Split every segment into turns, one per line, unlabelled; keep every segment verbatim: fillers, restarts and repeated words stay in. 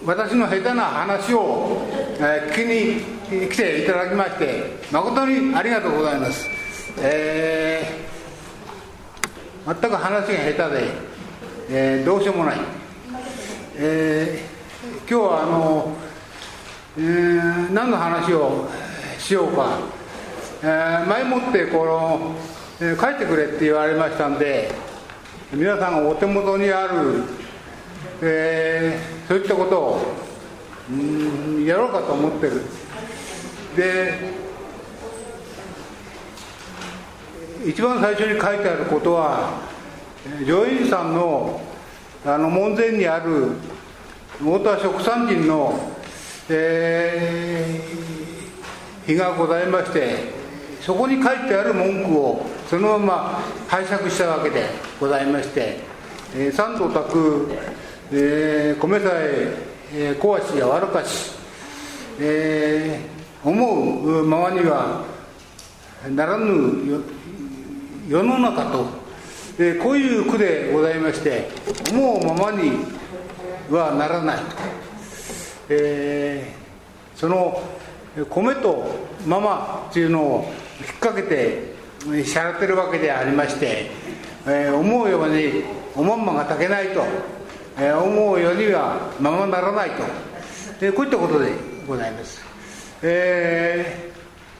私の下手な話を、えー、聞きに来ていただきまして誠にありがとうございます。えー、全く話が下手で、えー、どうしようもない。えー、今日はあの、えー、何の話をしようか、えー、前もってこの、えー、書いてくれって言われましたんで、皆さんがお手元にある、えー、そういったことをうんやろうかと思ってる。で、一番最初に書いてあることは、上院さんのあの門前にある太田殖産人の、えー、碑がございまして、そこに書いてある文句をそのまま拝借したわけでございまして、えー、三度炊く、えー、米さえ、えー、小足やわらかし、えー、思うままにはならぬ世の中と、えー、こういう句でございまして、思うままにはならないと、えー、その米とママっていうのを引っ掛けてしゃれてるわけでありまして、えー、思うようにおまんまが炊けないと、えー、思うようにはままならないと、えー、こういったことでございます。え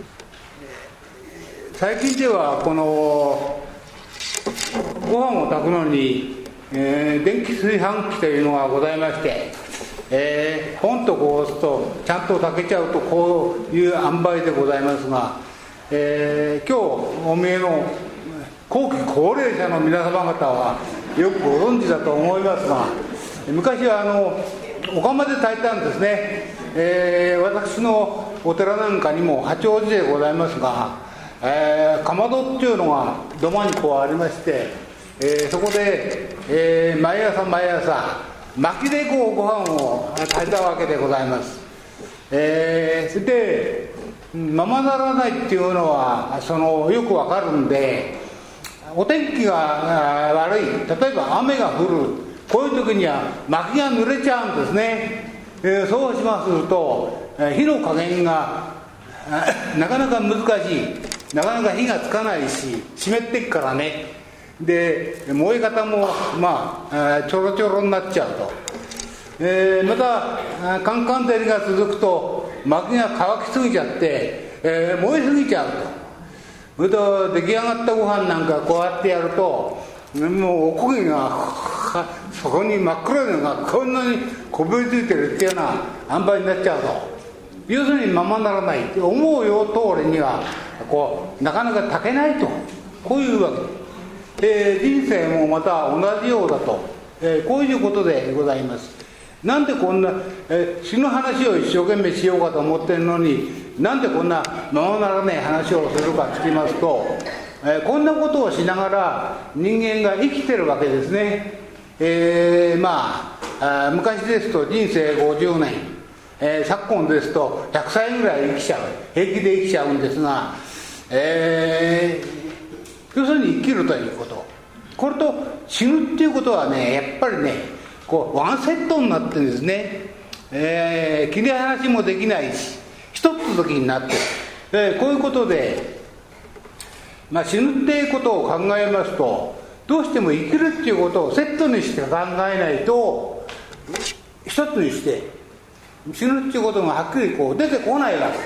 ー、最近ではこのご飯を炊くのに、えー、電気炊飯器というのがございまして、えー、ポンとこう押すとちゃんと炊けちゃうと、こういう塩梅でございますが、えー、今日お見えの後期高齢者の皆様方はよくご存知だと思いますが、昔はあのお釜で炊いたんですね。えー、私のお寺なんかにも八王子でございますが、えー、かまどっていうのが土間にこうありまして、えー、そこで、えー、毎朝毎朝薪でこうご飯を炊いたわけでございます。えー、それでままならないっていうのはそのよくわかるんで、お天気が悪い、例えば雨が降る、こういう時には薪が濡れちゃうんですね。えー、そうしますと火の加減がなかなか難しい、なかなか火がつかないし湿ってっからね。で燃え方もまあちょろちょろになっちゃうと、えー、またカンカン照りが続くと薪が乾きすぎちゃって、えー、燃えすぎちゃうと。それと出来上がったご飯なんかこうやってやると、もうおこげがそこに真っ黒いのがこんなにこびりついてるっていうような塩梅になっちゃうと、要するにままならないって思うよ通りにはこうなかなか炊けないと、こういうわけで、えー、人生もまた同じようだと、えー、こういうことでございます。なんでこんな、えー、死ぬ話を一生懸命しようかと思ってるのに、なんでこんなままならない話をするかと言いますと、えー、こんなことをしながら人間が生きてるわけですね。えー、まあ、あ昔ですと人生ごじゅうねん、えー、昨今ですとひゃくさいぐらい生きちゃう、平気で生きちゃうんですが、えー、要するに生きるということ、これと死ぬっていうことはね、やっぱりねこうワンセットになってるんですね。えー、切り離しもできないし一つ時になってる、えー、こういうことで、まあ、死ぬっていうことを考えますと、どうしても生きるっていうことをセットにして考えないと、一つにして死ぬっていうことがはっきりこう出てこないわけです、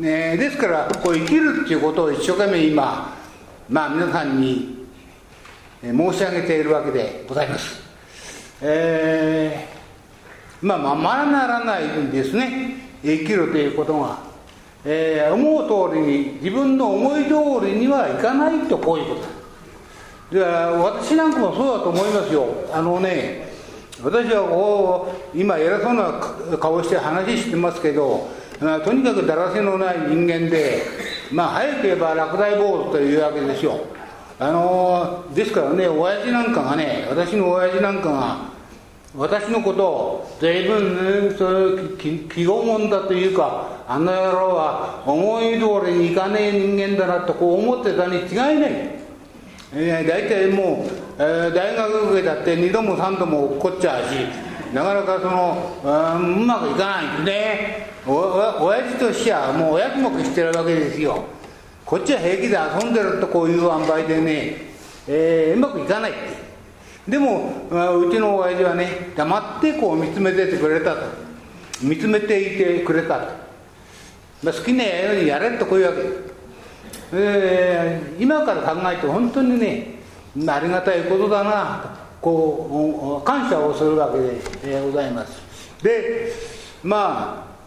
ね、ですからこう生きるっていうことを一生懸命今、まあ、皆さんに申し上げているわけでございます。えー、まあままならないんですね、生きるということが、えー、思う通りに自分の思い通りにはいかないと、こういうことで、私なんかもそうだと思いますよ。あのね、私はこう今偉そうな顔して話してますけど、とにかくだらしのない人間で、まあ早く言えば落第坊主というわけですよ。あのですからね、親父なんかがね、私の親父なんかが私のことを随分、ね、そういう気傲慢だというか、あの野郎は思い通りにいかねえ人間だなとこう思ってたに違いない。えー、大体もう、えー、大学受けだってにどもさんども落っこっちゃうし、 なかなかその、うん、うまくいかないんでね、おお親父としてはもう親父もしてるわけですよ。こっちは平気で遊んでるとこういう塩梅でね、えー、うまくいかないって。でもうちの親父はね、黙ってこう見つめててくれたと、見つめていてくれたと、まあ、好きなようにやれとこういうわけ、えー、今から考えて本当にね、ありがたいことだなとこう感謝をするわけで、えー、ございます。でまあ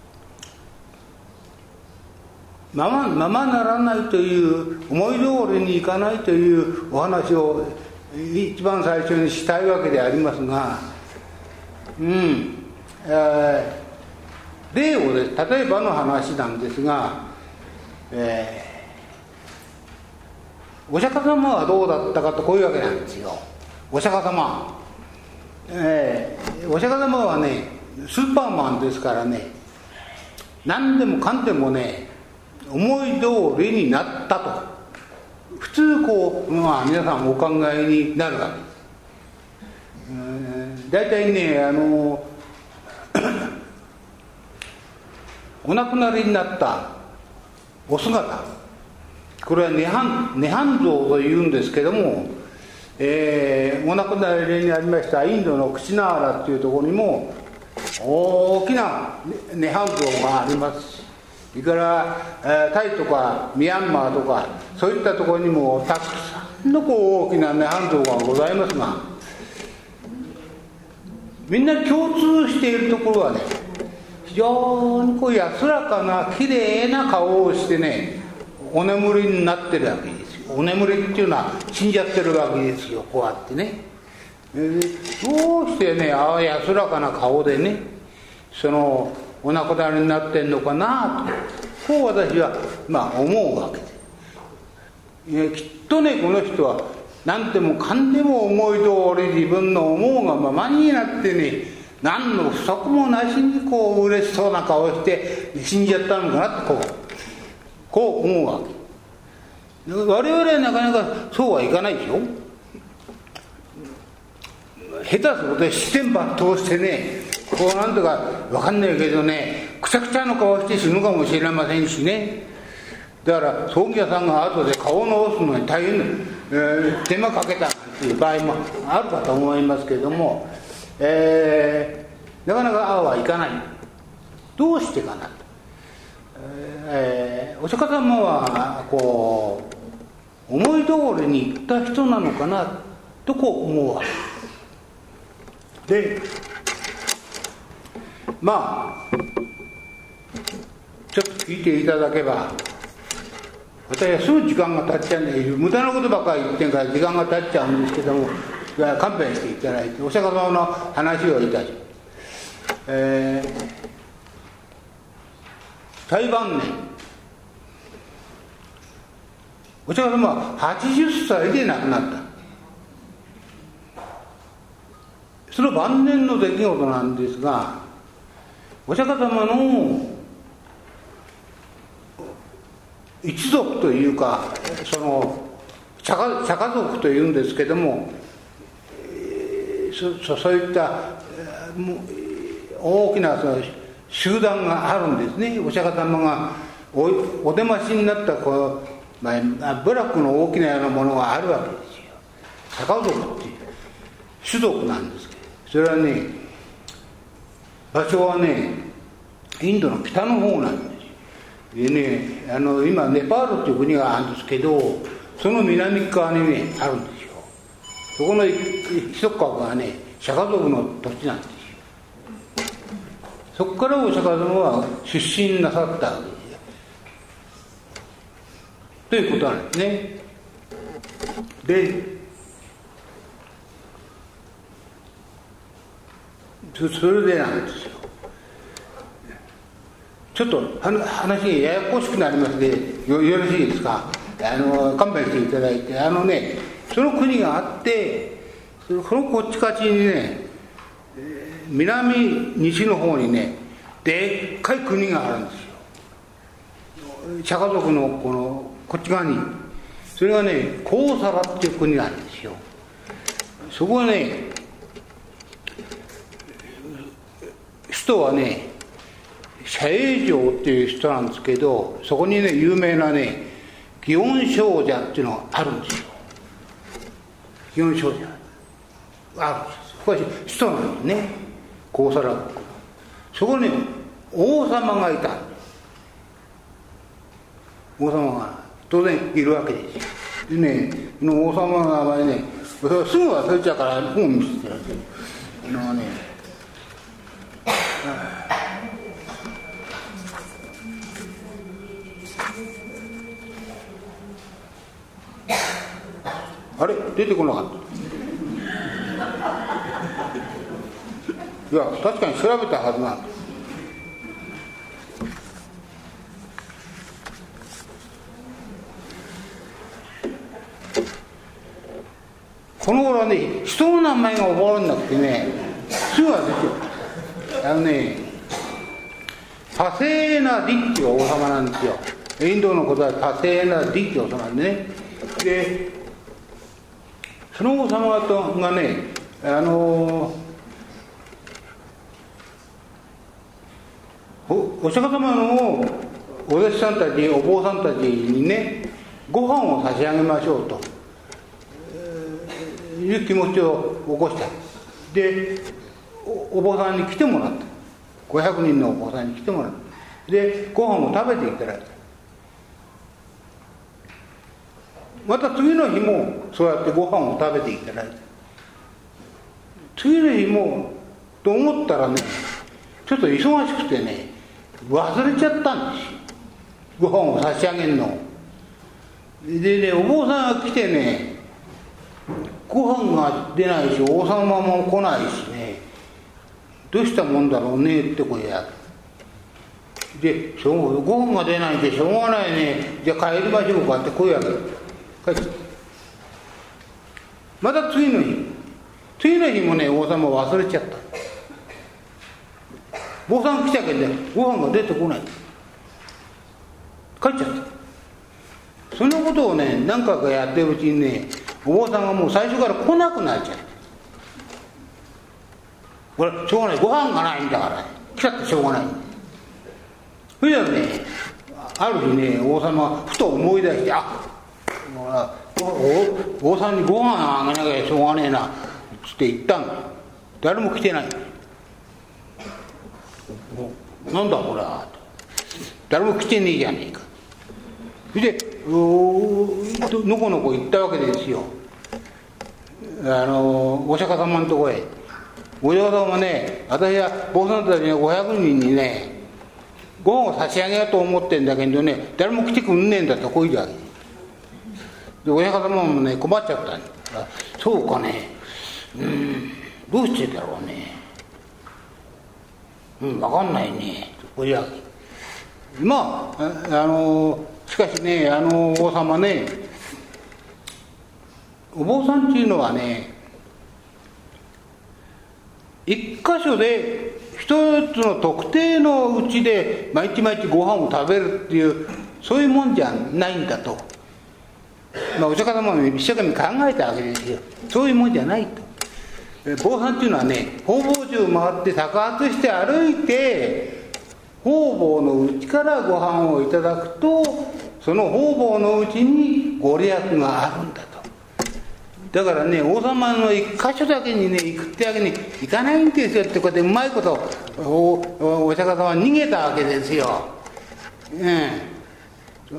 ままままならないという、思い通りにいかないというお話を一番最初にしたいわけでありますが、うん、えー、例をです、例えばの話なんですが、えー、お釈迦様はどうだったかとこういうわけなんですよ。お釈迦様、えー、お釈迦様はね、スーパーマンですからね、何でもかんでもね、思い通りになったと普通こう、まあ、皆さんお考えになるわけです。大体ね、あのお亡くなりになったお姿、これは涅槃涅槃像というんですけども、えー、お亡くなりになりましたインドのクチナーラっていうところにも大きな涅槃像がありますし、それから、えー、タイとかミャンマーとかそういったところにもたくさんのこう大きな涅槃像がございますが、みんな共通しているところはね、非常にこう安らかなきれいな顔をしてね、お眠りになってるわけですよ。お眠りっていうのは死んじゃってるわけですよ、こうやってね。どうしてね、ああ安らかな顔でね、そのお亡くなりになってんのかなと、こう私はまあ思うわけで、きっとね、この人は何でもかんでも思い通り自分の思うがままになってね、何の不足もなしにこう嬉しそうな顔して死んじゃったのかなとこうこう思うわけ。我々はなかなかそうはいかないでしょ。下手すると七点抜刀してね、こうなんとか分かんないけどね、くちゃくちゃの顔して死ぬかもしれませんしね。だから葬儀屋さんが後で顔を直すのに大変、えー、手間かけたっていう場合もあるかと思いますけれども、えー、なかなかああはいかない。どうしてかなと、えー、お釈迦様はこう思い通りにいった人なのかなとこう思うわけで、まあちょっと聞いていただけば、私はすぐ時間が経っちゃうんで、無駄なことばっかり言ってんから時間が経っちゃうんですけども、勘弁していただいてお釈迦様の話をいたします。えー、大晩年、お釈迦様ははちじゅっさいで亡くなった。その晩年の出来事なんですが、お釈迦様の一族というか、その釈迦、釈迦族というんですけども、そ, そういった大きなその集団があるんですね。お釈迦様が お, お出ましになったこう、まあ、部落の大きなようなものがあるわけですよ。釈迦族っていう種族なんですけど、それはね、場所はね、インドの北の方なんです。でね、あの今ネパールっていう国があるんですけど、その南側にねあるんですよ。そこの一角がね、釈迦族の土地なんですよ。そこからお釈迦様は出身なさったわけですよ。ということなんですね。で、それでなんですよ。ちょっと話がややこしくなりますので よ, よろしいですか。あの勘弁していただいて、あのね、その国があって、そのこっちかちにね、南西の方にね、でっかい国があるんですよ。釈迦族のこのこっち側に、それがね、コウサラっていう国なんですよ。そこはね、 首都はね謝永城っていう人なんですけど、そこにね有名なね祇園精舎っていうのがあるんですよ。祇園精舎あるんです。これ首都なんですね、高佐羅国。そこに王様がいた。王様が当然いるわけですよ。でね、この王様の名前ね、すぐ忘れちゃうから本見せてやるけど、のね、あれ出てこなかった。いや確かに調べたはずなんだ。この頃はね人の名前が覚えられなくてねすぐは出てる。あのねパセーナディっていう王様なんですよ。インドのことはパセーナディっていう王様なんでね。でその王様がねあのお, お釈迦様のお弟子さんたちお坊さんたちにねご飯を差し上げましょうという気持ちを起こした。で お, お坊さんに来てもらった。ごひゃくにんのお坊さんに来てもらった。でご飯を食べていただいた。また次の日もそうやってご飯を食べていただいた。次の日もと思ったらねちょっと忙しくてね忘れちゃったんですよ、ご飯を差し上げるのでね。お坊さんが来てねご飯が出ないし王様も来ないしねどうしたもんだろうねってこうやでしょうご飯が出ないんでしょうがないね、じゃあ帰りましょうかってこうやる。帰ってまた次の日次の日もね王様忘れちゃった。坊さん来たけどご飯が出てこない。帰っちゃった。そのことをね何回かやってるうちにねお坊さんがもう最初から来なくなっちゃう。これしょうがない、ご飯がないんだから、ね、来たってしょうがない。それじゃねある日ね王様がふと思い出してあお王さんにご飯あげなきゃしょうがねえなって言ったんだ。誰も来てない。なんだこれは誰も来てねえじゃねえか。それでのこのこ行ったわけですよ、あのお釈迦様のとこへ。お釈迦様はね私は坊さんたちのごひゃくにんにねご飯を差し上げようと思ってんだけどね誰も来てくんねえんだとこう言うわけで、お釈迦様もね困っちゃったんだ。そうかね、うんどうしてだろうね、うん分かんないねとこう言うわけ。まああのしかしねあの王様ねお坊さんっていうのはね一箇所で一つの特定のうちで毎日毎日ご飯を食べるっていうそういうもんじゃないんだと、まあ、お釈迦様も一生懸命考えたわけですよ。そういうもんじゃないと。坊さんっていうのはね方々中回って托発して歩いて方々のうちからご飯をいただくとその方々のうちにご利益があるんだと。だからね王様の一箇所だけにね行くってわけにいかないんですよってことでうまいことおお釈迦様は逃げたわけですよ、うん、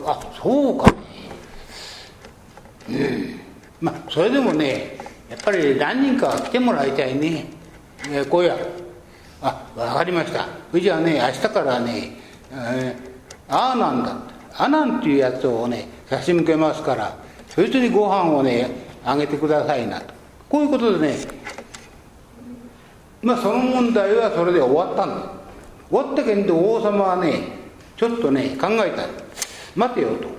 あそうかね、うん、まあそれでもねやっぱり何人かは来てもらいたいね、えー、こうやあ分かりました。それじゃあね明日からね、えー、アーナンだアナンっていうやつをね差し向けますからそいつにご飯をねあげてくださいなとこういうことでねまあその問題はそれで終わったんだ。終わったけど王様はねちょっとね考えた。待てよと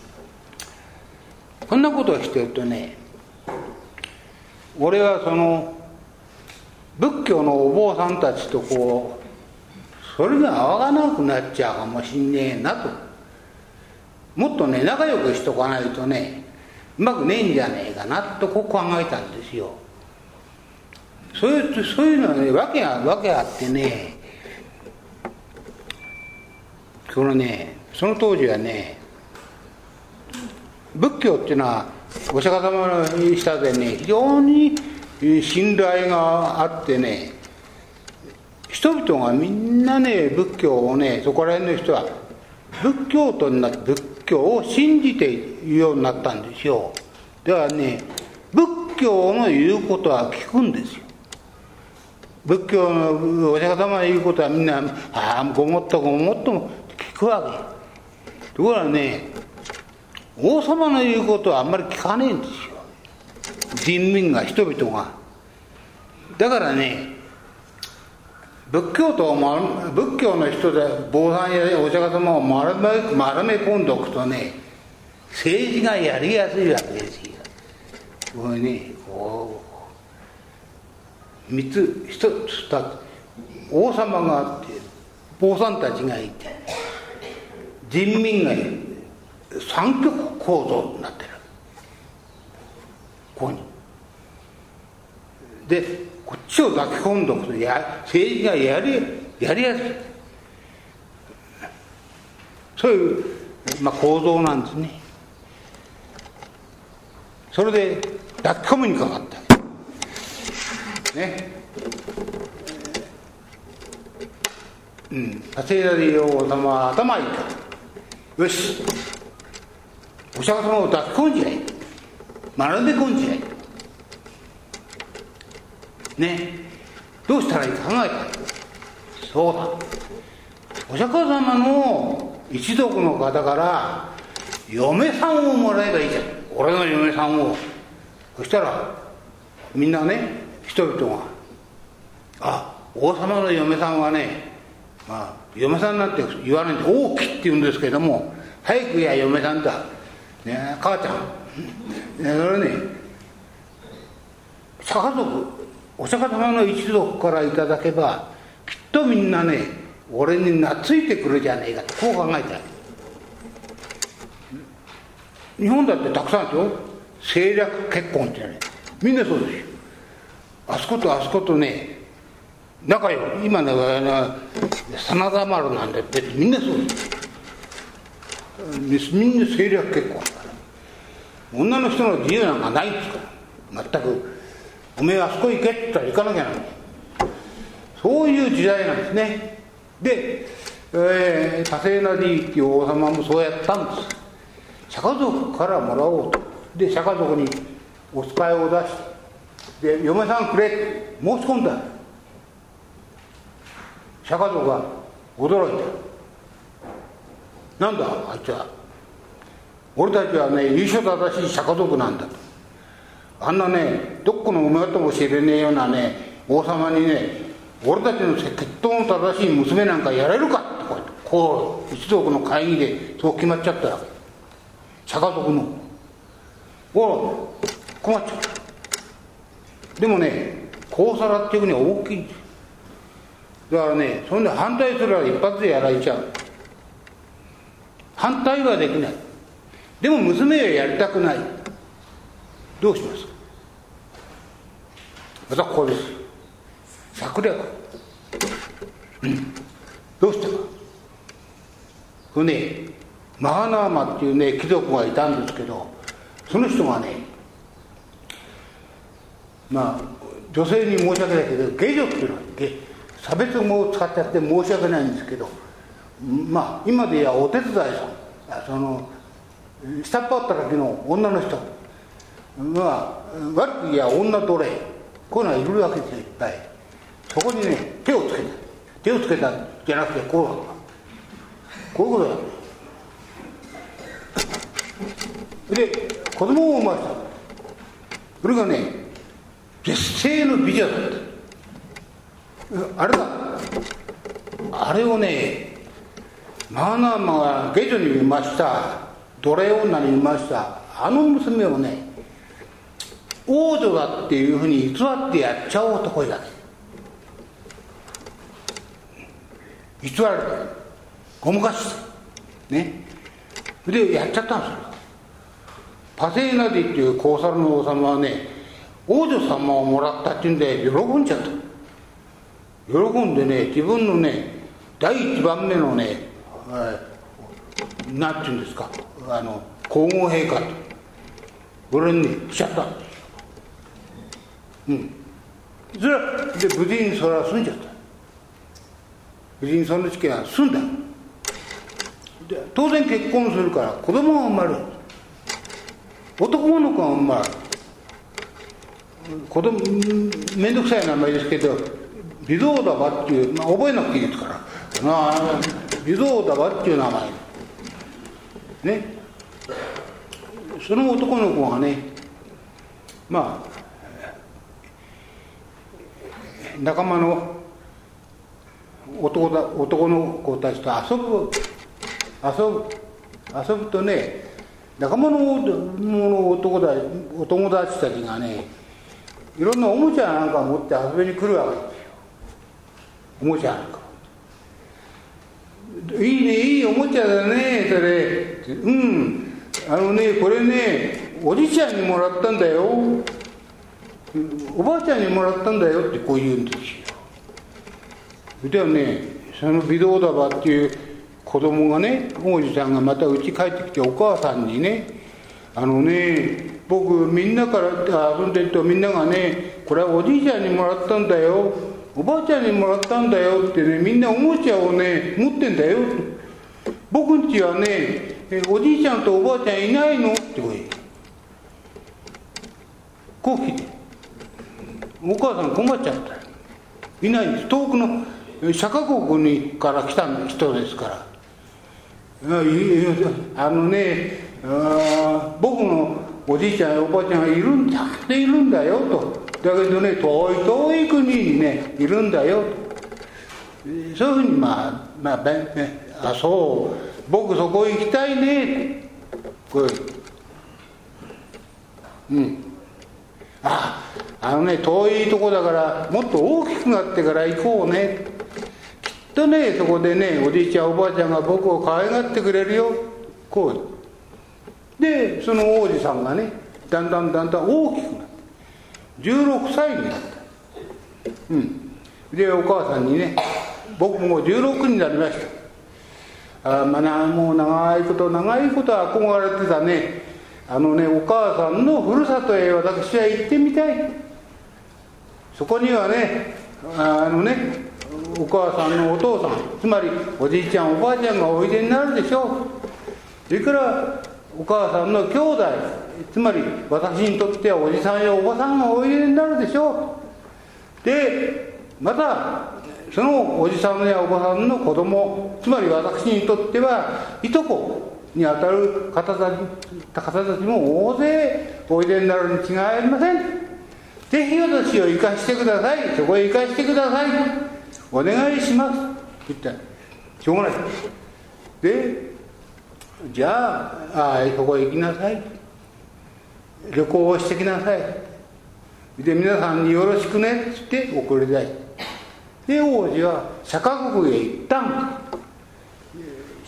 こんなことをしてるとね俺はその仏教のお坊さんたちとこうそれが合わなくなっちゃうかもしんねえなと。もっとね仲良くしとかないとねうまくねえんじゃねえかなとこう考えたんですよ。そういうそういうのはね訳が訳あってねそのね、その当時はね、仏教っていうのはお釈迦様の下でね、非常に信頼があってね、人々がみんなね、仏教をね、そこら辺の人は仏教徒になって仏教を信じているようになったんですよ。だからね、仏教の言うことは聞くんですよ。仏教のお釈迦様の言うことはみんな、ああ、ごもっとごもっとも聞くわけ。ところがね、王様の言うことはあんまり聞かねえんですよ。人民が、人々が。だからね、仏教徒を、仏教の人で坊さんやお釈迦様を丸め、丸め込んでおくとね、政治がやりやすいわけですよ。これね、こう三つ、一つ、二つ、王様があって坊さんたちがいて人民がいる、三極構造になってる。ここにでこっちを抱き込んでおくとや政治がやりやりやすい、そういう、まあ、構造なんですね。それで抱き込みにかかったね。うん、多勢なり王様は頭いいと、よし、お釈迦様を抱き込んじゃえ、丸め込んじゃえね。どうしたらいいか考えた。そうだ、お釈迦様の一族の方から嫁さんをもらえばいいじゃん、俺の嫁さんを。そしたらみんなね、人々が、あ、王様の嫁さんはね、まあ嫁さんなんて言わないんで王妃って言うんですけども、早くや嫁さんだ、ね、母ちゃん、ね、それね、釈迦族、お釈迦様の一族からいただけばきっとみんなね、俺に懐いてくるじゃねえかと、こう考えた。日本だってたくさんあるよ、政略結婚ってね、みんなそうですよ。あそことあそことね、仲良く、今の真田丸なんだってみんなそうです。みんな政略結婚だから、女の人の自由なんかないんですから、全く。おめえあそこ行けって言ったら行かなきゃならない、そういう時代なんですね。で、えー、多勢なりっていう王様もそうやったんです。釈迦族からもらおうと。で、釈迦族にお使いを出して、で、嫁さんくれって申し込んだ。釈迦族が驚いた。なんだあいつは、俺たちはね、優勝正しい釈迦族なんだと。あんなね、どっこの馬とも知れねえようなね、王様にね、俺たちの血統の正しい娘なんかやれるかってこうやって、こう一族の会議でそう決まっちゃったわけ。釈迦族の。おら、困っちゃう。でもね、こうさらっていうふうには大きいんですよ。だからね、そんで反対するら一発でやられちゃう。反対はできない。でも娘はやりたくない。どうしますか。またここです。策略。うん。どうしたか。これね、マハナーマっていうね、貴族がいたんですけど、その人がね、まあ、女性に申し訳ないけど、下女っていうのは、差別語を使っちゃって申し訳ないんですけど、まあ、今で言えばお手伝いさん、その、下っ端働きの女の人、まあ、悪く言えば女奴隷、こういうのがいるわけですよ、いっぱい。そこにね、手をつけた。手をつけたんじゃなくて、こうだった。こういうことだ。で、子供を産ませた。それがね、絶世の美女だった。あれだ。あれをね、マーナーマが下女に産ました、奴隷女に産ました、あの娘をね、王女だっていうふうに偽ってやっちゃおうとこれだけ。偽られて、ごまかして、ね。で、やっちゃったんですよ。パセーナディっていうコーサルの王様はね、王女様をもらったっていうんで喜んじゃった。喜んでね、自分のね、第一番目のね、 えー、なんていうんですか、あの皇后陛下と俺に来ちゃったんですよ。うん。それで無事にそれは済んじゃった。無事にその事件は済んだ。で当然結婚するから子供が生まれる。男の子が生まれる。子供めんどくさい名前ですけど微動だばっていう、まあ、覚えなくていいですからまあ微動だばっていう名前ね。その男の子がね、まあ仲間の男だ男の子たちと遊ぶ遊ぶ遊ぶとね、仲間の男だお友達たちがね、いろんなおもちゃなんか持って遊びに来るわけですよ。おもちゃなんか。いいね、いいおもちゃだね、それ。うん。あのね、これね、おじいちゃんにもらったんだよ。おばあちゃんにもらったんだよってこう言うんですよ。ではね、その微動だばっていう子供がね、王子さんがまた家帰ってきてお母さんにね、あのね、僕みんなから遊んでるとみんながね、これはおじいちゃんにもらったんだよ、おばあちゃんにもらったんだよってね、みんなおもちゃをね持ってんだよ。僕んちはね、おじいちゃんとおばあちゃんいないのってこう言う。こう聞いて、お母さん困っちゃった。いないんです。遠くの釈迦国にから来た人ですから。あのね、あ僕のおじいちゃんやおばあちゃんがいるんだっているんだよと。だけどね、遠い遠い国にねいるんだよと。そういうふうにまあまあ、ね、あそう僕そこ行きたいねってこううんああのね遠いとこだからもっと大きくなってから行こうね。きっとねそこでねおじいちゃんおばあちゃんが僕を可愛がってくれるよ。こうでその王子さんがねだんだんだんだん大きくなってじゅうろくさいになった。うんでお母さんにね僕もじゅうろくになりました。あまあもう長いこと長いこと憧れてたねあのねお母さんのふるさとへ私は行ってみたい。そこにはねあのねお母さんのお父さんつまりおじいちゃんおばあちゃんがおいでになるでしょう。それからお母さんの兄弟つまり私にとってはおじさんやおばさんがおいでになるでしょう。でまたそのおじさんやおばさんの子供つまり私にとってはいとこにあたる方たち方たちも大勢おいでになるに違いありません。ぜひ私を生かしてください。そこへ生かしてください。お願いしますって言った。しょうがないでじゃあ、あそこへ行きなさい。旅行をしてきなさい。で皆さんによろしくねって送り出してで王子は釈迦国へ行ったんです。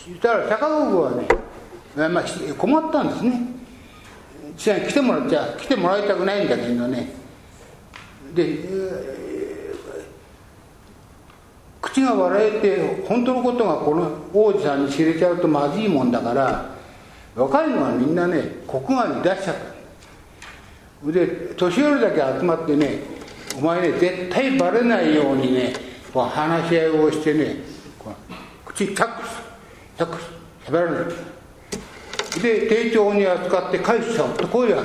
そしたら釈迦国はね、まあ、困ったんですね。実際に来てもらっちゃ来てもらいたくないんだけどね。で、えー、口が笑えて本当のことがこの王子さんに知れちゃうとまずいもんだから若いのはみんなね国外に出しちゃった。で年寄りだけ集まってねお前ね絶対バレないようにねこう話し合いをしてねこう口チャックすチャックす喋らないで丁重に扱って返しちゃうとこういうわけ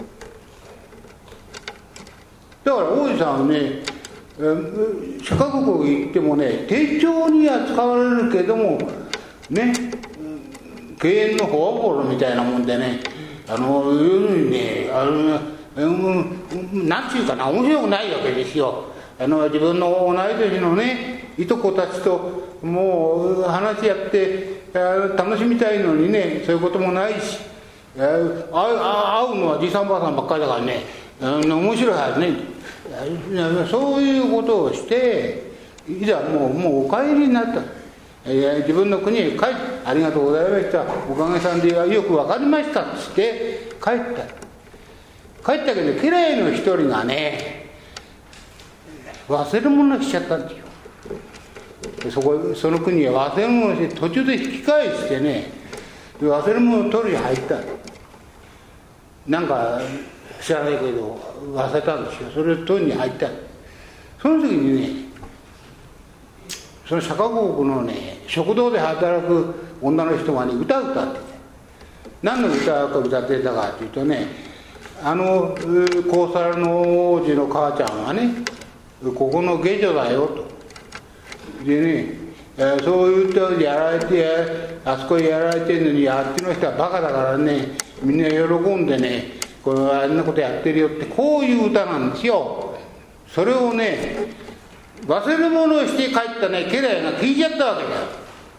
だから王子さんはね釈迦国へ行ってもね丁重に扱われるけどもね敬遠のフォアボールみたいなもんでねあのいうにねあのなんていうかな面白くないわけですよ。あの自分の同い年のねいとこたちともう話し合って楽しみたいのにねそういうこともないし会うのはじいさんばあさんばっかりだからね面白いはずねそういうことをしていざもうもうお帰りになった。自分の国へ帰ってありがとうございましたおかげさんでよく分かりましたっつって帰った帰ったけど家来の一人がね忘れ物しちゃったんですよ。 そこその国へ忘れ物をして途中で引き返してね、忘れ物を取りに入った。なんか知らないけど忘れたんですよ。それを取りに入った。その時にね、その釈迦国のね食堂で働く女の人がね歌を歌ってて、何の歌を歌ってたかというとね、あのコーサルの王子の母ちゃんはね、ここの下女だよと。でね、そういうとやられて、あそこやられてるのに、あっちの人はバカだからね、みんな喜んでね、これあんなことやってるよって、こういう歌なんですよ。それをね、忘れ物をして帰ったね家来が聞いちゃったわけだよ。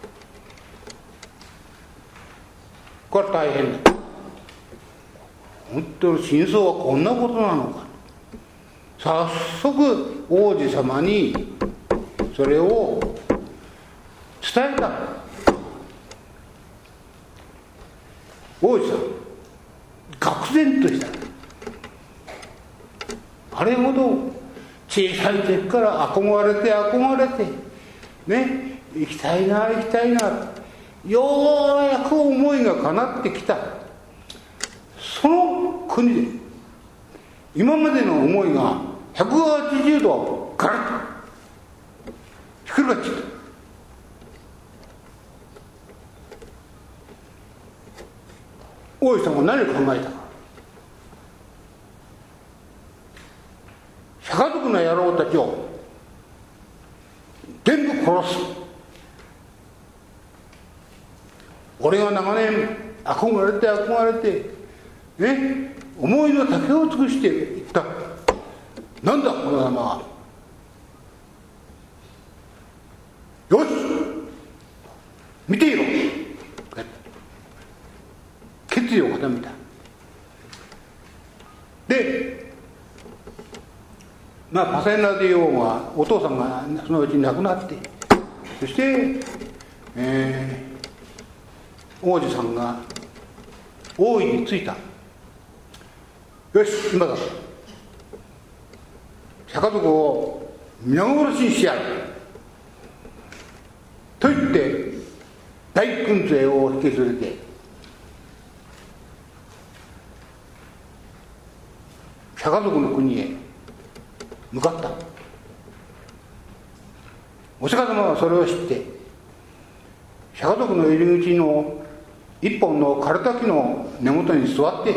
これ大変だ。本当に真相はこんなことなのか。早速王子様にそれを伝えた。王子さん愕然とした。あれほど小さい時から憧れて憧れてね、行きたいな行きたいな、ようやく思いが叶ってきた。その国で今までの思いがひゃくはちじゅうどガラッとひっくり返っちゃった。王子さんは何を考えたか。釈迦族の野郎たちを全部殺す。俺が長年憧れて憧れてね、思いの丈を尽くしていった。なんだこの山は。よし見ていろ。決意を固めた。でまあパセンラディ王はお父さんがそのうち亡くなって、そして、えー、王子さんが王位についた。よし今だ、釈迦族を皆殺しにしてやると言って大軍勢を引き連れて釈迦族の国へ向かった。お釈迦様はそれを知って釈迦族の入り口の一本の枯れた木の根元に座って、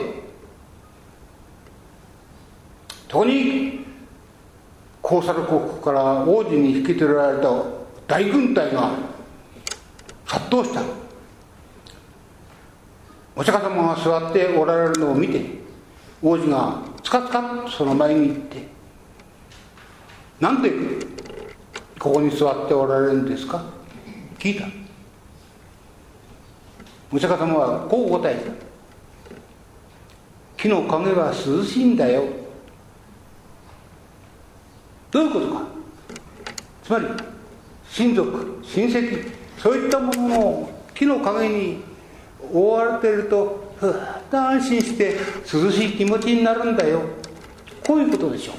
そこにコーサル国から王子に引き連れられた大軍隊が殺到した。お釈迦様が座っておられるのを見て、王子がつかつかっとその前に行って、なんでここに座っておられるんですか聞いた。お釈迦様はこう答えた。木の陰は涼しいんだよ。どういうことか。つまり親族親戚そういったものの木の陰に覆われているとふっと安心して涼しい気持ちになるんだよ。こういうことでしょう。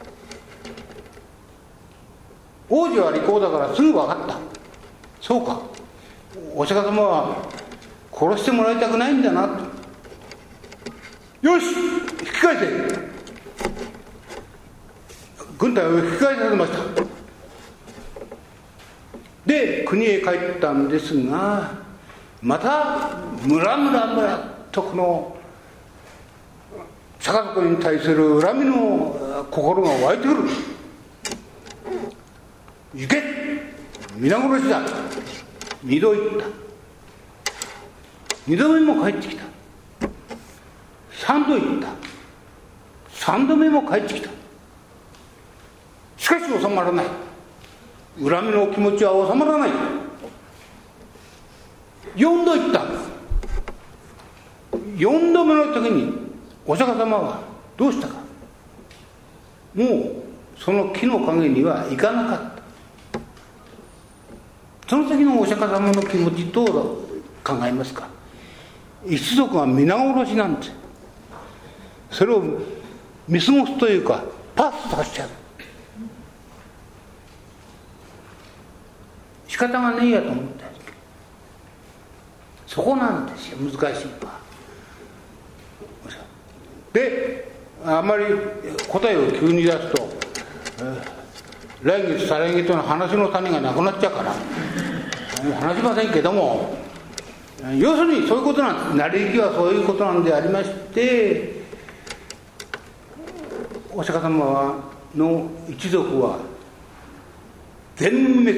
王子は利口だからすぐ分かった。そうか、お釈迦様は殺してもらいたくないんだなと。よし引き返せ。軍隊を引き返させました。で国へ帰ったんですが、またムラムラムラとこの釈迦族に対する恨みの心が湧いてくる。行け皆殺しだ。二度言った。二度目も帰ってきた。三度言った。三度目も帰ってきた。しかし収まらない。恨みの気持ちは収まらない。四度言った。四度目の時にお釈迦様はどうしたか。もうその木の陰には行かなかった。その時のお釈迦様の気持ちどう考えますか。一族が皆殺しなんです。それを見過ごすというかパスさせちゃう。 仕方がねえやと思ったんです。そこなんですよ、難しいのは。で、あまり答えを急に出すと、えー、来月再来月の話の種がなくなっちゃうから話しませんけども、要するにそういうことなんです。成り行きはそういうことなんでありまして、お釈迦様の一族は全滅、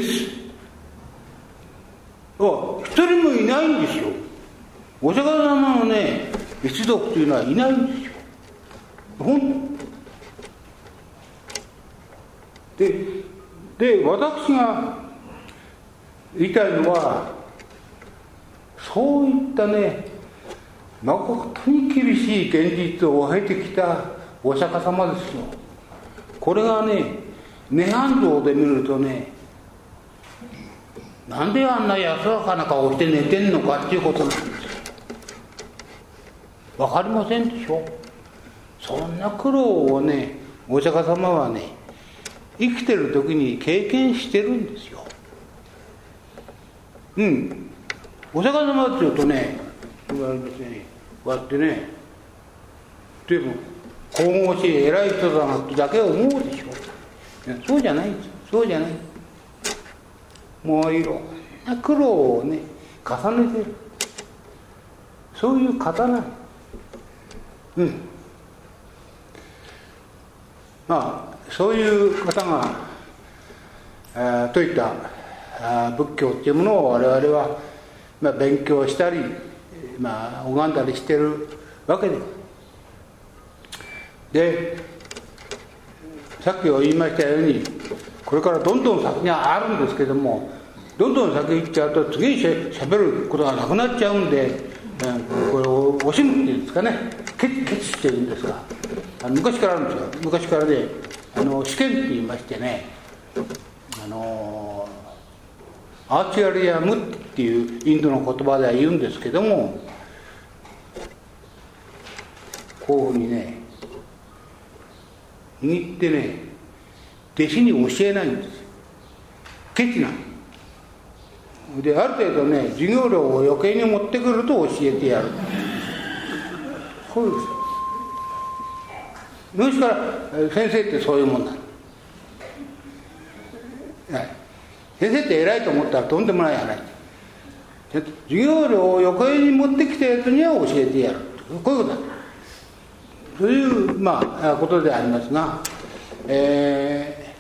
一人もいないんですよ。お釈迦様のね一族というのはいないんですよ。ほんでで私が言いたいのは、そういったね誠に厳しい現実を経てきたお釈迦様ですよ。これがね涅槃像で見るとね、なんであんな安らかな顔して寝てんのかっていうことなんですよ。わかりませんでしょ。そんな苦労をねお釈迦様はね生きてる時に経験してるんですよ。うんお釈迦様っていうとね、こうやってね、でも神々しい偉い人だなとだけ思うでしょ。そうじゃないんですよ。そうじゃない。もういろんな苦労をね重ねてる、そういう方なんです。うんまあそういう方があといったあ仏教っていうものを我々は、まあ、勉強したり、まあ、拝んだりしてるわけです。でさっき言いましたように、これからどんどん先があるんですけども、どんどん先行っちゃうと次にしゃべることがなくなっちゃうんで、これを惜しむっていうんですかね、ケチケチしてるんですが、あの昔からあるんですよ。昔からね、あの試験って言いましてね、あのアーチャリアムっていうインドの言葉では言うんですけども、こういうふうにね握ってね弟子に教えないんですよ。ケチなので、ある程度ね授業料を余計に持ってくると教えてやる、そうですよ。昔から先生ってそういうもんなの、はい、先生って偉いと思ったらとんでもない話。授業料を余計に持ってきたやつには教えてやる、こういうことだ。そういう、まあ、ことでありますが、え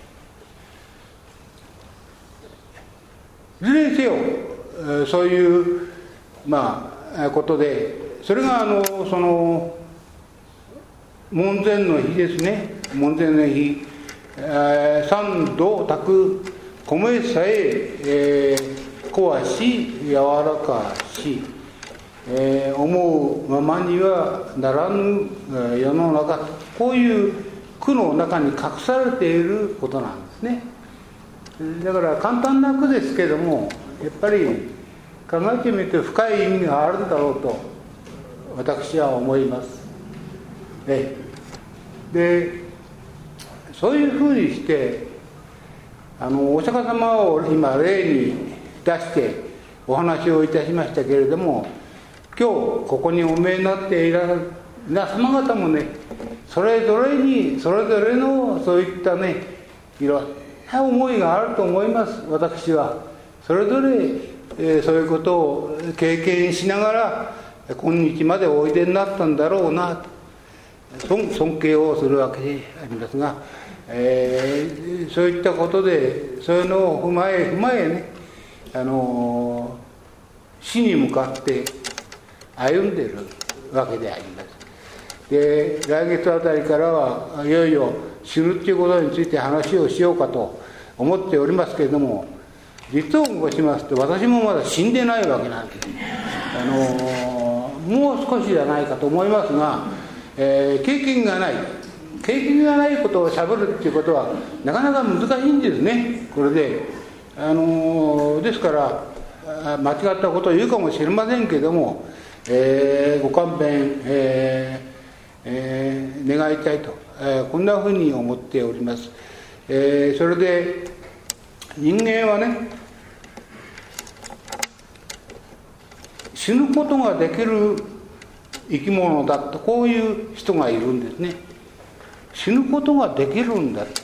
ー、いずれにせよそういう、まあ、ことで、それがあのその門前の日ですね。門前の日、えー、三度炊く米さええー、壊し柔らかし、えー、思うままにはならぬ世の中、こういう句の中に隠されていることなんですね。だから簡単な句ですけども、やっぱり考えてみると深い意味があるんだろうと私は思います。で、でそういうふうにしてあのお釈迦様を今例に出してお話をいたしましたけれども、今日ここにお見えになっていらっしゃる皆様方もね、それぞれにそれぞれのそういったねいろんな思いがあると思います。私はそれぞれ、えー、そういうことを経験しながら今日までおいでになったんだろうなと尊敬をするわけでありますが、えー、そういったことでそういうのを踏まえ踏まえね、あのー、死に向かって歩んでいるわけであります。で、来月あたりからはいよいよ死ぬっていうことについて話をしようかと思っておりますけれども、実を申しますと私もまだ死んでないわけなんです。あのー、もう少しじゃないかと思いますが、えー、経験がない経験がないことをしゃべるっていうことはなかなか難しいんですね。これで、あのー、ですから間違ったことを言うかもしれませんけれども、えー、ご勘弁、えーえー、願いたいと、えー、こんなふうに思っております。えー、それで人間はね、 死ぬことができる生き物だと、こういう人がいるんですね。死ぬことができるんだと、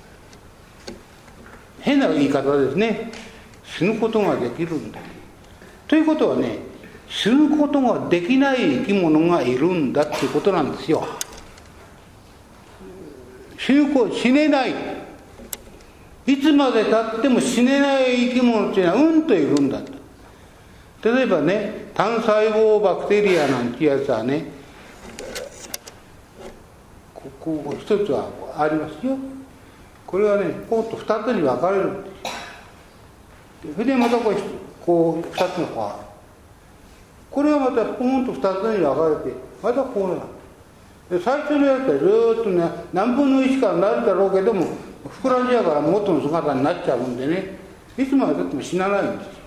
変な言い方ですね。死ぬことができるんだということはね、死ぬことができない生き物がいるんだっていうことなんですよ。死ぬこ死ねない、いつまでたっても死ねない生き物っていうのはうんといるんだと。例えばね、単細胞バクテリアなんていうやつはね、ここ一つはありますよ。これはね、ポンと二つに分かれるんです。それでまたこうこう二つのこうある。これはまたポンと二つに分かれて、またこうなる。で最初のやつはずーっとね、何分の一かになるだろうけども、膨らんじゃうから元の姿になっちゃうんでね、いつまでたっても死なないんですよ。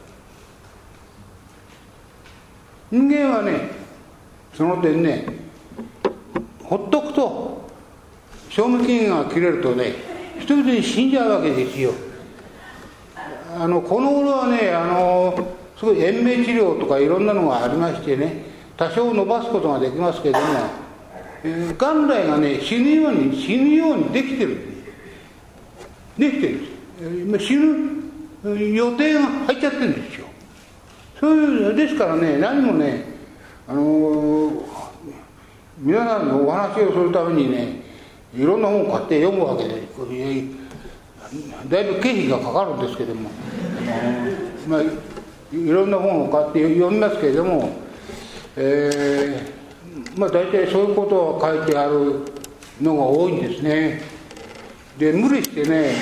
人間はね、その点ね、ほっとくと賞味期限が切れるとね、人々に死んじゃうわけですよ。あのこの頃はね、あのすごい延命治療とかいろんなのがありましてね、多少伸ばすことができますけども、えー、元来がね、死ぬように死ぬようにできてるできてるんです、えー、死ぬ予定が入っちゃってるんですよ。そういうですからね、何もね、あのー、皆さんのお話をするためにね、いろんな本を買って読むわけで、だいぶ経費がかかるんですけども、あのー、まあいろんな本を買って読みますけれども、えー、まあ大体そういうことが書いてあるのが多いんですね。で、無理してね、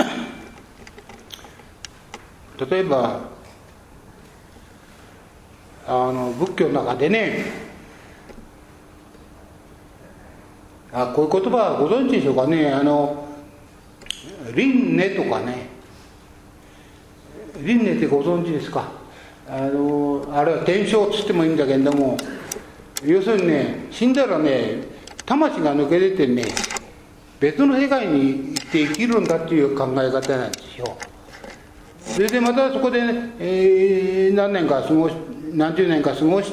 例えばあの仏教の中でね、あこういう言葉はご存知でしょうかね。あの輪廻とかね、輪廻ってご存知ですか。あのあれは天正っつってもいいんだけれども、要するにね、死んだらね、魂が抜け出てね、別の世界に行って生きるんだっていう考え方なんですよ。それでまたそこで、ねえー、何年か過ごし何十年か過ごして、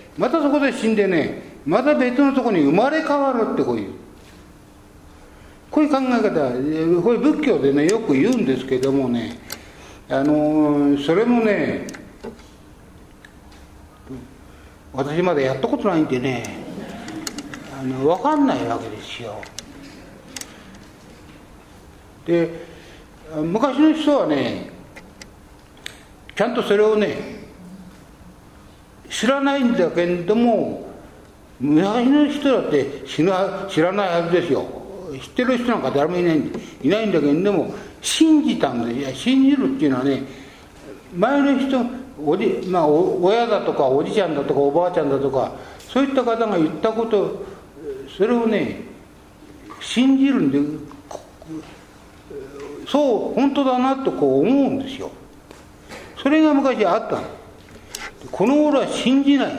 またそこで死んでね、また別のところに生まれ変わるってこういうこういう考え方、これ仏教でねよく言うんですけどもね、あのそれもね、私まだやったことないんでね、あの分かんないわけですよ。で、昔の人はね、ちゃんとそれをね知らないんだけれども、昔の人だって知ら、知らないはずですよ。知ってる人なんか誰もいないんでいないんだけど、でも信じたんで、いや信じるっていうのはね、前の人、おじ、まあ、親だとかおじちゃんだとかおばあちゃんだとか、そういった方が言ったこと、それをね信じるんで、そう本当だなとこう思うんですよ。それが昔あったの。この頃は信じない。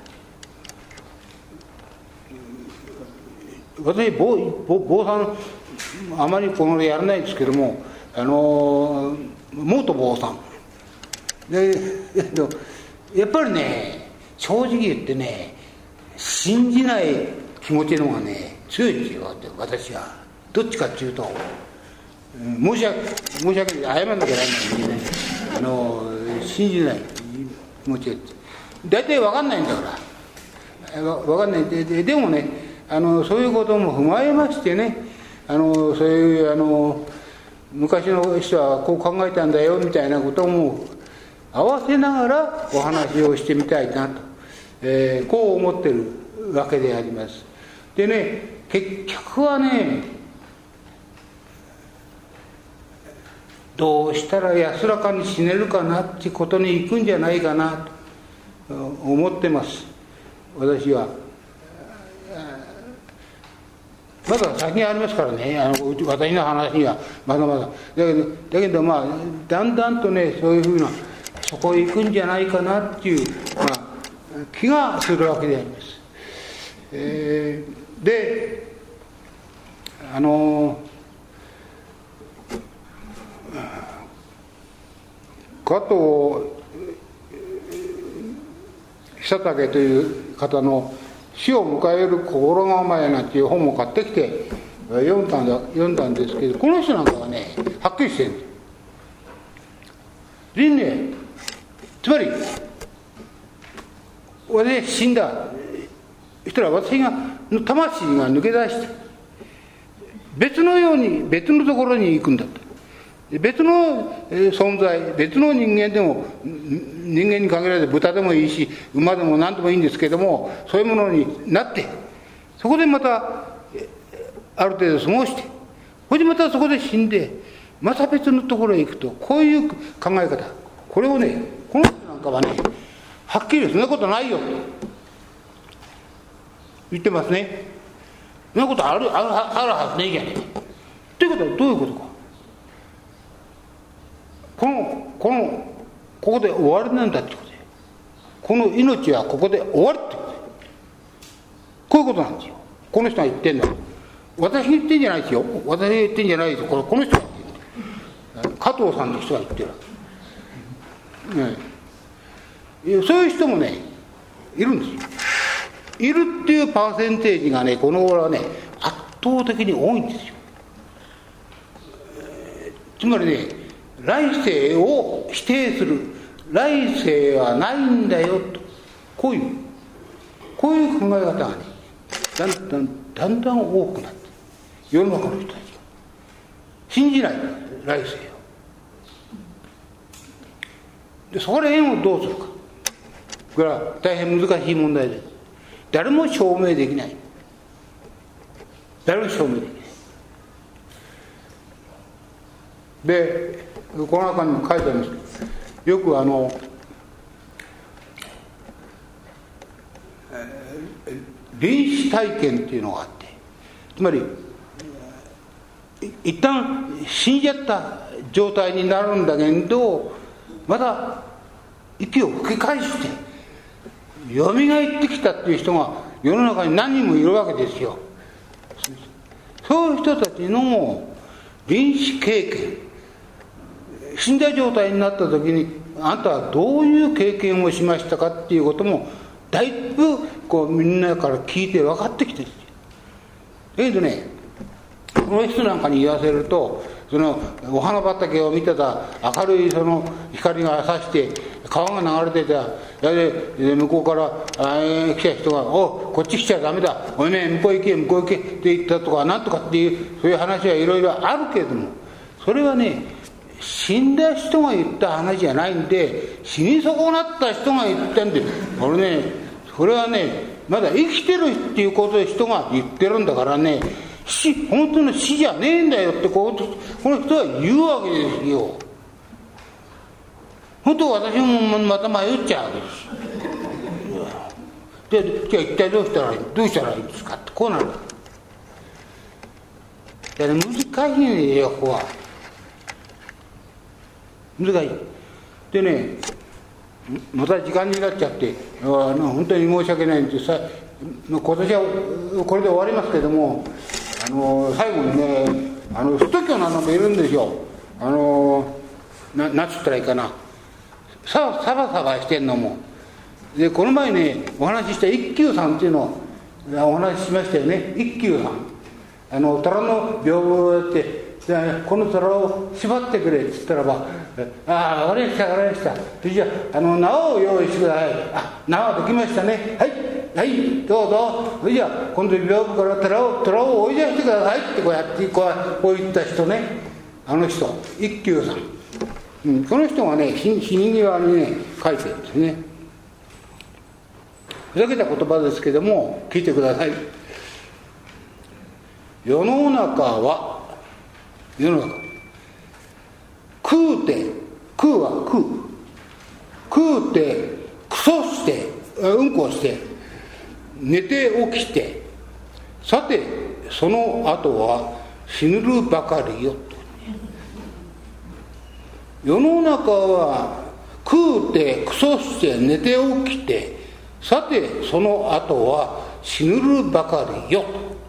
私坊さんあまりこの頃やらないですけども、あの元坊さんで、やっぱりね、正直言ってね、信じない気持ちの方がね強いんですよ。私はどっちかっていうと、申し訳申し訳ない、謝んなきゃならないんでね、あの信じない気持ちが大体分かんないんだから、分かんないで、で、でもね、あのそういうことも踏まえましてね、あのそういうあの昔の人はこう考えたんだよみたいなことも合わせながらお話をしてみたいなと、えー、こう思ってるわけであります。でね、結局はね、どうしたら安らかに死ねるかなってことに行くんじゃないかなと思ってます、私は。まだ先がありますからね、あの私の話にはまだまだだけど、だけどまあだんだんとね、そういうふうなそこへ行くんじゃないかなっていう、まあ、気がするわけであります。えー、で、あの加藤久武という方の死を迎える心構えなんていう本も買ってきて読んだんだ、読んだんですけど、この人なんかはね、はっきりしてるんです。輪廻、つまり私死んだ人は私がの魂が抜け出して別のように別のところに行くんだと。別の存在、別の人間でも、人間に限らず豚でもいいし馬でも何でもいいんですけども、そういうものになってそこでまたある程度過ごして、それでまたそこで死んでまた別のところへ行くと、こういう考え方、これをね、この人なんかはね、はっきりそんなことないよと言ってますね。そんなことある、ある、あるはずねえじゃねえ。ということはどういうことか。この、この、ここで終わりなんだってことで、この命はここで終わりってことで、こういうことなんですよ。この人が言ってんの。私が言ってんじゃないですよ。私が言ってんじゃないですよ。これこの人が言ってる。加藤さんの人が言ってるわけ。ね、そういう人もね、いるんですよ。いるっていうパーセンテージがね、この頃はね、圧倒的に多いんですよ。つまりね、来世を否定する、来世はないんだよと、こういうこういう考え方がね、だんだんだんだん多くなって世の中の人たちが信じない来世を。でそこら辺をどうするか、これは大変難しい問題です。誰も証明できない、誰も証明できない。でこの中にも書いてあるんですけど、よくあの臨死体験っていうのがあって、つまり一旦死んじゃった状態になるんだけど、また息を吹き返してよみがえってきたっていう人が世の中に何人もいるわけですよ。そういう人たちの臨死経験、死んだ状態になった時にあなたはどういう経験をしましたかっていうこともだいぶこうみんなから聞いて分かってきてる。だけどね、この人なんかに言わせると、そのお花畑を見てた明るいその光が差して川が流れてたやで、向こうから来た人が「おこっち来ちゃダメだ、おめえ向こう行け向こう行け」って言ったとかなんとかっていう、そういう話はいろいろあるけれども、それはね死んだ人が言った話じゃないんで、死に損なった人が言ってんで、俺ねそれはねまだ生きてるっていうことで人が言ってるんだからね、死本当の死じゃねえんだよってこうこの人は言うわけですよ。本当私もまた迷っちゃうわけです。でじゃあ一体どうしたらいいどうしたらいいんですかってこうなるわけ。難しいねよ、ここは難しい。でね、また時間になっちゃってあの本当に申し訳ないんです。さ今年はこれで終わりますけども、あの最後にね、あの不徒教なのもいるんですよ。あのななんつったらいいかな、さサバサバしてんのも。でこの前ねお話しした一休さんっていうのをお話ししましたよね。一休さん、あの虎の屏風をやってこの虎を縛ってくれって言ったらば、ああ分かりました分かりました、それじゃあ、あの縄を用意してください。あ縄できましたね、はいはいどうぞ、それじゃあ今度屏風から虎を虎を追い出してくださいってこうやってこうこう言った人ね、あの人一休さん、うん、この人がね死に際にね書いてるんですね。ふざけた言葉ですけども聞いてください。世の中は世の中食うて食うは食う食うてクソしてうんこして寝て起きて、さてその後は死ぬるばかりよと。世の中は食うてクソして寝て起きて、さてその後は死ぬるばかりよと。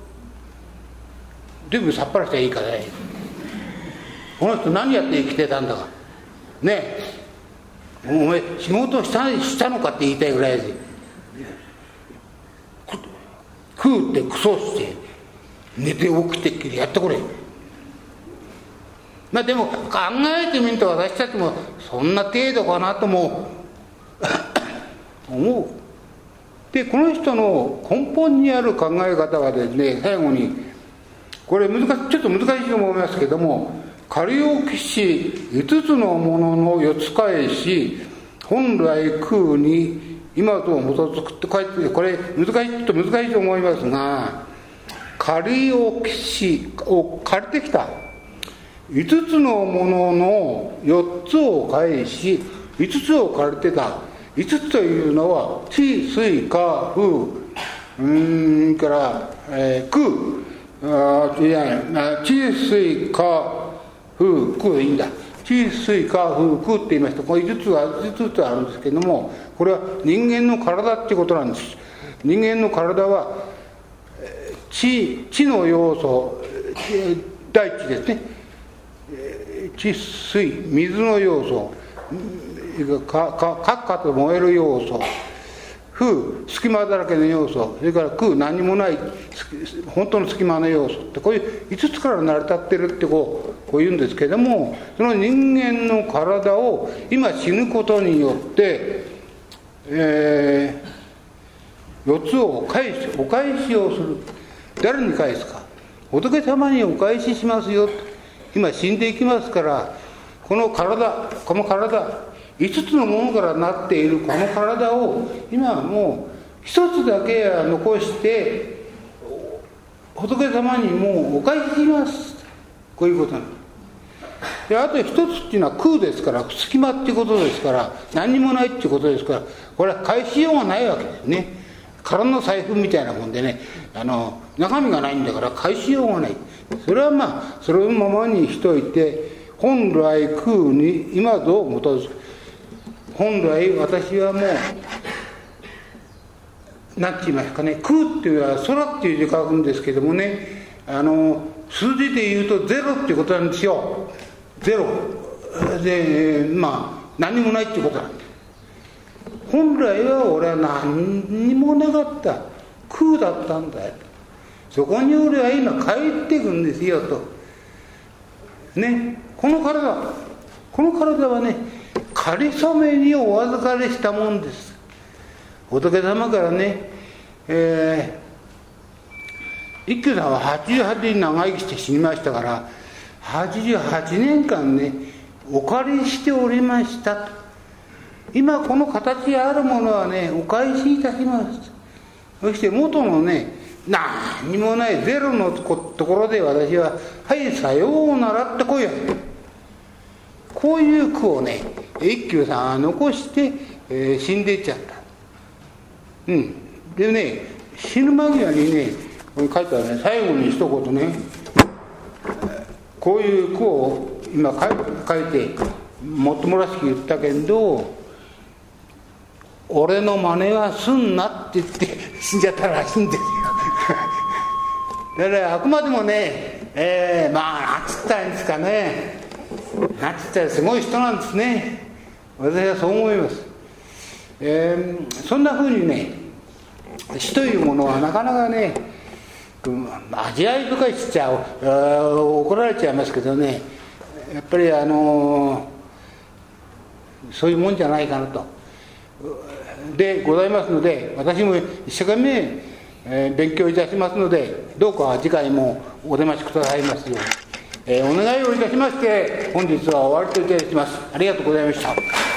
随分さっぱりした言い方ね。この人何やって生きてたんだかねえ、お前仕事したしたのかって言いたいぐらいです。 食うってクソして寝て起きてっきりやってこれ。まあでも考えてみると私たちもそんな程度かなとも思う。でこの人の根本にある考え方はですね、最後にこれ難しちょっと難しいと思いますけども、仮置きし五つのものの四つ返し本来空に今と基づくって書いてて、これ難しいと難しいと思いますが、仮置きしを借りてきた五つのものの四つを返し五つを借りてた。五つというのは地水火風、うーんから、えー、空、あいや地水火風空でいいんだ。地水火風空って言いました。この五つは五つあるんですけども、これは人間の体ってことなんです。人間の体は地地の要素、大地ですね。地水水の要素、かかかっかと燃える要素、風隙間だらけの要素、それから空何もない本当の隙間の要素って、こういう五つから成り立ってるってこうこう言うんですけども、その人間の体を今死ぬことによって、えー、四つを返しお返しをする。誰に返すか。仏様にお返ししますよ。今死んでいきますから、この体この体五つのものからなっているこの体を今はもう一つだけ残して仏様にもうお返しします。こういうことなんです。であと一つっていうのは空ですから、隙間っていうことですから、何にもないっていうことですから、これは返しようがないわけですね。空の財布みたいなもんでね、あの中身がないんだから返しようがない。それはまあそのままにしといて、本来空に今ぞ基づく。本来私はもう何て言いますかね、空っていうのは空っていう字書くんですけどもね、あの数字で言うとゼロっていうことなんですよ。ゼロでまあ何もないっていうことなんです。本来は俺は何にもなかった空だったんだよ。そこに俺は今帰ってくんですよとね。この体この体はね、かりそめにお預かりしたもんです。仏様からね、えー、一休さんははちじゅうはちに長生きして死にましたから、はちじゅうはちねんかんねお借りしておりましたと。今この形があるものはねお返しいたします。そして元のね何にもないゼロのところで私ははいさようならってこういうこういう句をね一休さんは残して、えー、死んでいっちゃった。うんでね、死ぬ間際にねこれ書いてあるね、最後に一言ね、こういう句を今書いてもっともらしく言ったけど、俺の真似はすんなって言って死んじゃったらしいんですよだからあくまでもね、えー、まあなんつったらいいんですかね、なんつったらすごい人なんですね。私はそう思います。えー、そんな風にね死というものはなかなかね味わい深いしちゃう怒られちゃいますけどね、やっぱりあのー、そういうもんじゃないかなとでございますので、私も一生懸命、えー、勉強いたしますので、どうか次回もお出ましくださいますように、えー、お願いをいたしまして本日は終わりといたします。ありがとうございました。